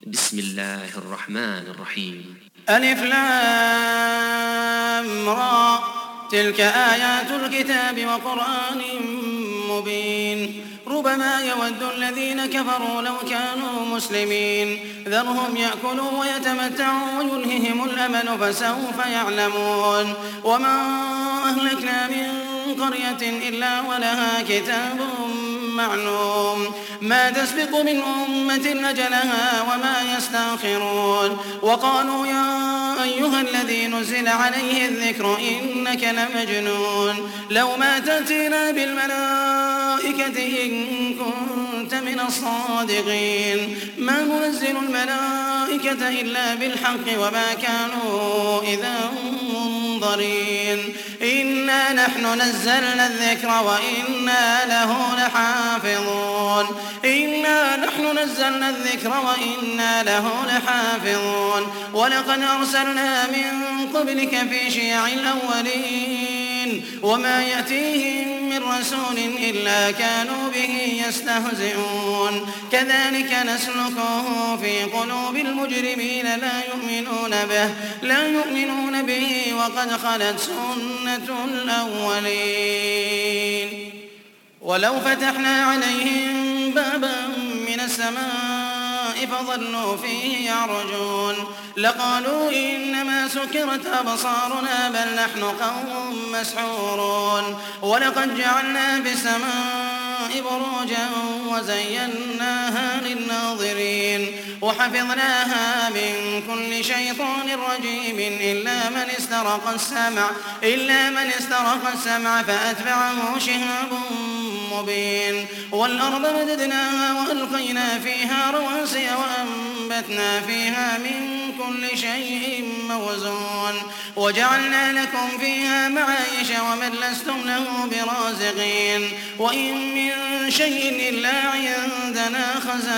بسم الله الرحمن الرحيم. ألف لام را تلك آيات الكتاب وقرآن مبين ربما يود الذين كفروا لو كانوا مسلمين ذرهم يأكلوا ويتمتعوا ويلههم الأمل فسوف يعلمون وما أهلكنا من قرية إلا ولها كتاب معلوم ما تسبق من أمة أجلها وما يستأخرون وقالوا يا أيها الذي نزل عليه الذكر إنك لمجنون لو ما تأتينا بالملائكة إن كنت من الصادقين ما ننزل الملائكة إلا بالحق وما كانوا إذا منظرين إنا نحن نزلنا الذكر وإنا له لحافظون إنا نحن نزلنا الذكر وإنا له لحافظون ولقد أرسلنا من قبلك في شيع الأولين وما يأتيهم من رسول إلا كانوا به يستهزئون كذلك نسلكه في قلوب المجرمين لا يؤمنون به وقد خلت سنة الأولين ولو فتحنا عليهم بابا من السماء فظلوا فيه يعرجون لقالوا إنما سكرت أبصارنا بل نحن قوم مسحورون ولقد جعلنا بالسماء بروجا وزيناها للناظرين وحفظناها من كل شيطان رجيم إلا من استرق السمع فأتبعه شهاب مبين والأرض مددناها وألقينا فيها رواسي وأنبتنا فيها من كل شيء موزون وجعلنا لكم فيها معايش ومن لستم له برازقين وإن من شيء إلا عندنا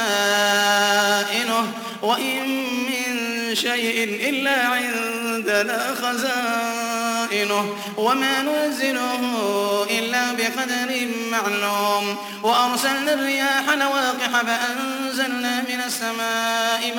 خزائنه وما ننزله إلا بقدر معلوم وأرسلنا الرياح لواقح فأنزلنا من السماء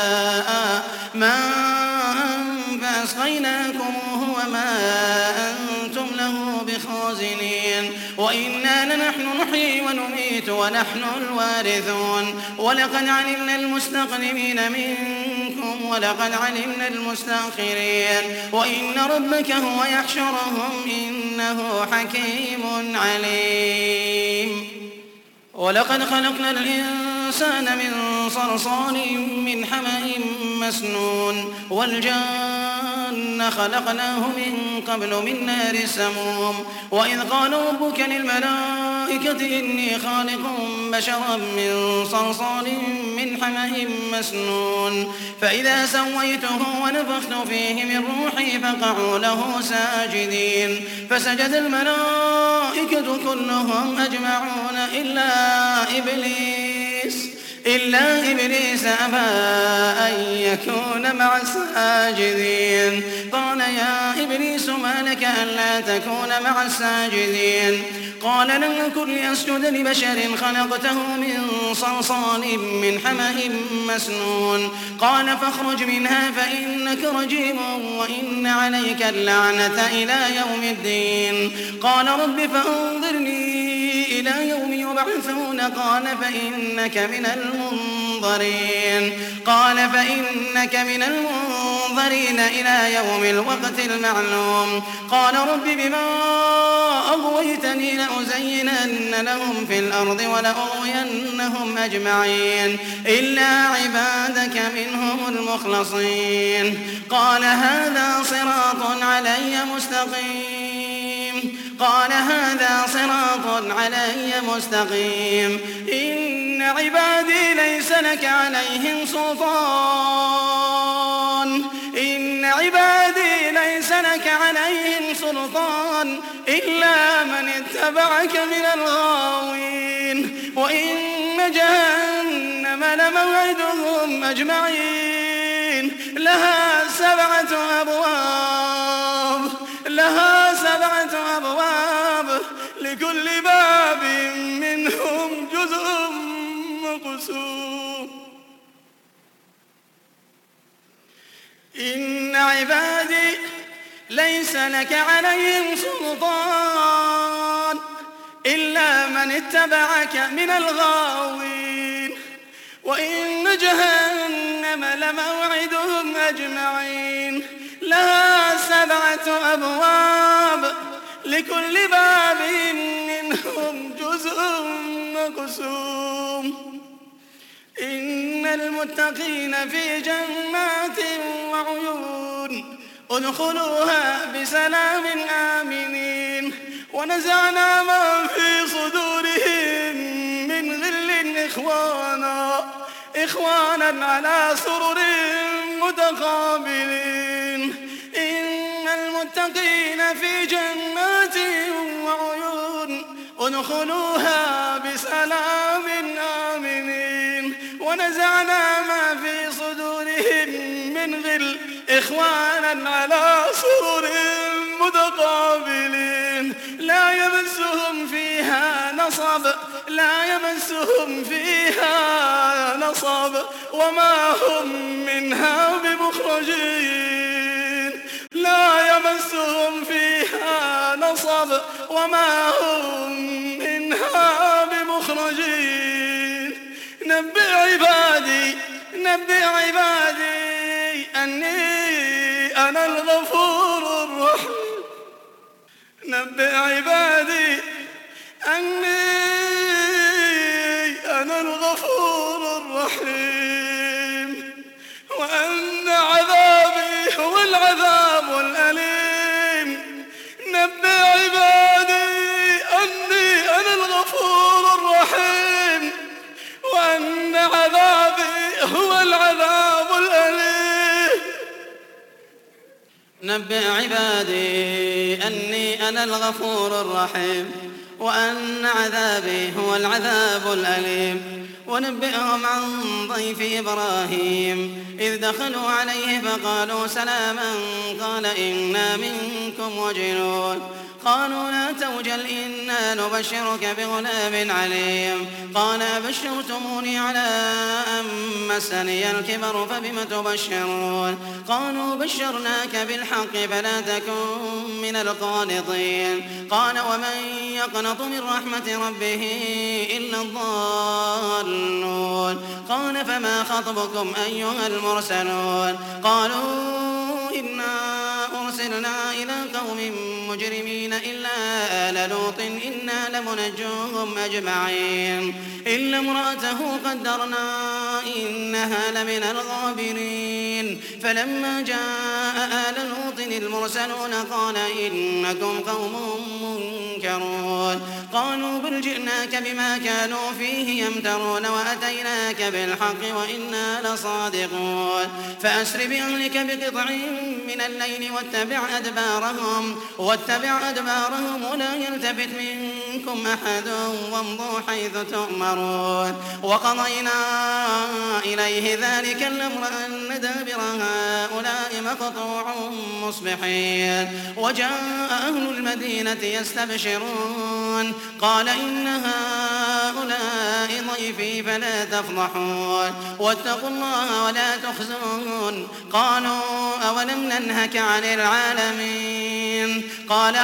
ماء فأسقيناكموه وما أنتم له بخازنين وإنا لنحن نحيي ونميت ونحن الوارثون ولقد علمنا المستقدمين منكم ولقد علمنا المستأخرين وإن ربك هو يحشرهم إنه حكيم عليم ولقد خلقنا الإنسان من صلصال من حمأ مسنون والجان خلقناه من قبل من نار السموم وإذ قال ربك للملائكة إني خالق بشرا من صلصال من حمأ مسنون فإذا سويته ونفخت فيه من روحي فقعوا له ساجدين فسجد الملائكة كلهم أجمعون إلا إبليس أبى أن يكون مع الساجدين قال يا إبليس ما لك ألا تكون مع الساجدين قال لم أكن لأسجد لبشر خلقته من صلصال من حمأ مسنون قال فاخرج منها فإنك رجيم وإن عليك اللعنة إلى يوم الدين قال رب فأنظرني إلى يوم يبعثون قال فإنك من المنظرين إلى يوم الوقت المعلوم قال رب بما أغويتني لأزينن لهم في الأرض ولأغوينهم أجمعين إلا عبادك منهم المخلصين قال هذا صراط علي مستقيم إن عبادي ليس لك عليهم سلطان إلا من اتبعك من الغاوين وإن جهنم لموعدهم أجمعين لها سبعة أبواب لكل باب منهم جزء مقسوم إن عبادي ليس لك عليهم سلطان إلا من اتبعك من الغاوين وإن جهنم لموعدهم أجمعين لها 7 أبواب لكل باب منهم جزء مقسوم إن المتقين في جنات وعيون ادخلوها بسلام آمنين ونزعنا ما في صدورهم من غل إخوانا على سرر متقابلين إن المتقين في جنات وعيون ادخلوها بسلام آمنين ونزعنا ما في صدورهم من غل إخوانا على سرر متقابلين لا يمسهم فيها نصب وما هم منها بمخرجين لا يمسهم فيها نصب وما هم منها بمخرجين نبئ عبادي أني أنا الغفور الرحيم نبئ عبادي أني أنا الغفور الرحيم وأن عذابي هو العذاب الأليم نبئ عبادي أني أنا الغفور الرحيم وأن عذابي هو العذاب الأليم نبئ عبادي أني أنا الغفور الرحيم وأن عذابي هو العذاب الأليم ونبئهم عن ضيف إبراهيم إذ دخلوا عليه فقالوا سلاما قال إنا منكم وجلون قالوا لا توجل إنا نبشرك بغلام عليم قال أبشرتموني على أن مسني الكبر فبم تبشرون قالوا بشرناك بالحق فلا تكن من القانطين قال ومن يقنط من رحمة ربه إلا الضالون قال فما خطبكم أيها المرسلون قالوا إنا أرسلنا إلى قوم مجرمين إلا آل لوط إنا لمنجوهم أجمعين إلا امرأته قدرنا إنها لمن الغابرين فلما جاء آل لوط المرسلون قال إنكم قوم منكرون قالوا بل جئناك بما كانوا فيه يمترون وأتيناك بالحق وإنا لصادقون فأسر بأهلك بقطع من الليل واتبع أدبارهم ولا يلتفت منكم أحد وامضوا حيث تؤمرون وقضينا إليه ذلك الأمر أن دابر هؤلاء مقطوع مصبحين وجاء أهل المدينة يستبشرون قال إن هؤلاء ضيفي فلا تفضحون واتقوا الله ولا تخزون قالوا أولم ننهك عن العالمين قال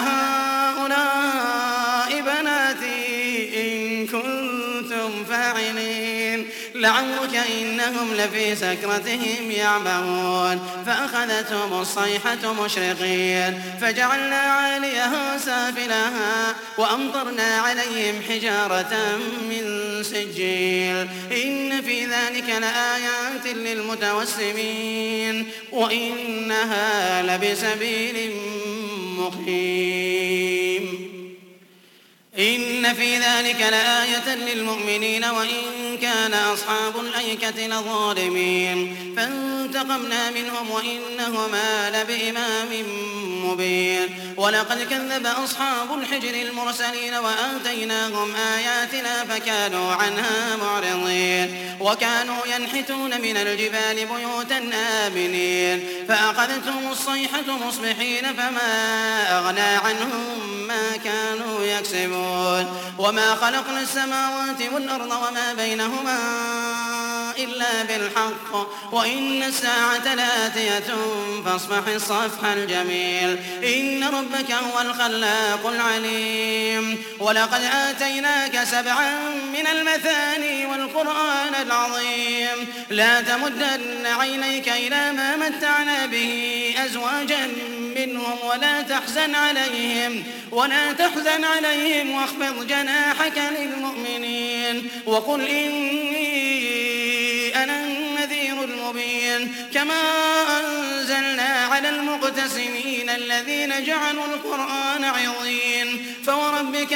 هؤلاء بناتي إن كنتم فاعلين لعمرك إنهم لفي سكرتهم يعمهون فأخذتهم الصيحة مشرقين فجعلنا عاليها سافلها وأمطرنا عليهم حجارة من سجيل إن في ذلك لآيات للمتوسمين وإنها لبسبيل مقيم إن في ذلك لآية للمؤمنين وإن كان أصحاب الأيكة لظالمين فانتقمنا منهم وإنهما لبإمام مبين ولقد كذب أصحاب الحجر المرسلين وآتيناهم آياتنا فكانوا عنها معرضين وكانوا ينحتون من الجبال بيوتا آمنين فأخذتهم الصيحة مصبحين فما أغنى عنهم ما كانوا يكسبون يعقلون وما خلقنا السماوات والأرض وما بينهما إلا بالحق وإن الساعة لآتية فاصفح الصفح الجميل إن ربك هو الخلاق العليم ولقد آتيناك 7 من المثاني والقرآن العظيم لا تمدن عينيك إلى ما متعنا به أزواجا منهم ولا تحزن عليهم واخفض جناحك للمؤمنين وقل إني أنا النذير المبين كما أنزلنا على المقتسمين الذين جعلوا القرآن عظيم فوربك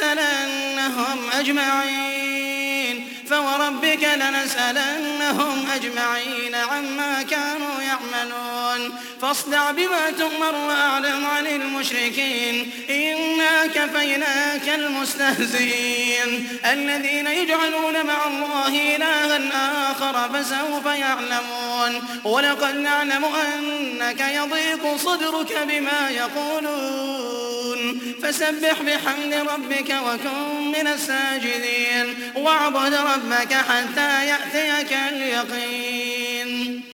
لنسألنهم أجمعين عما كانوا يعملون فاصدع بما تؤمر وأعرض عن المشركين إنا كفيناك المستهزئين الذين يجعلون مع الله إلها آخر فسوف يعلمون ولقد نعلم أنك يضيق صدرك بما يقولون فسبح بحمد ربك وكن من الساجدين واعبد ربك حتى يأتيك اليقين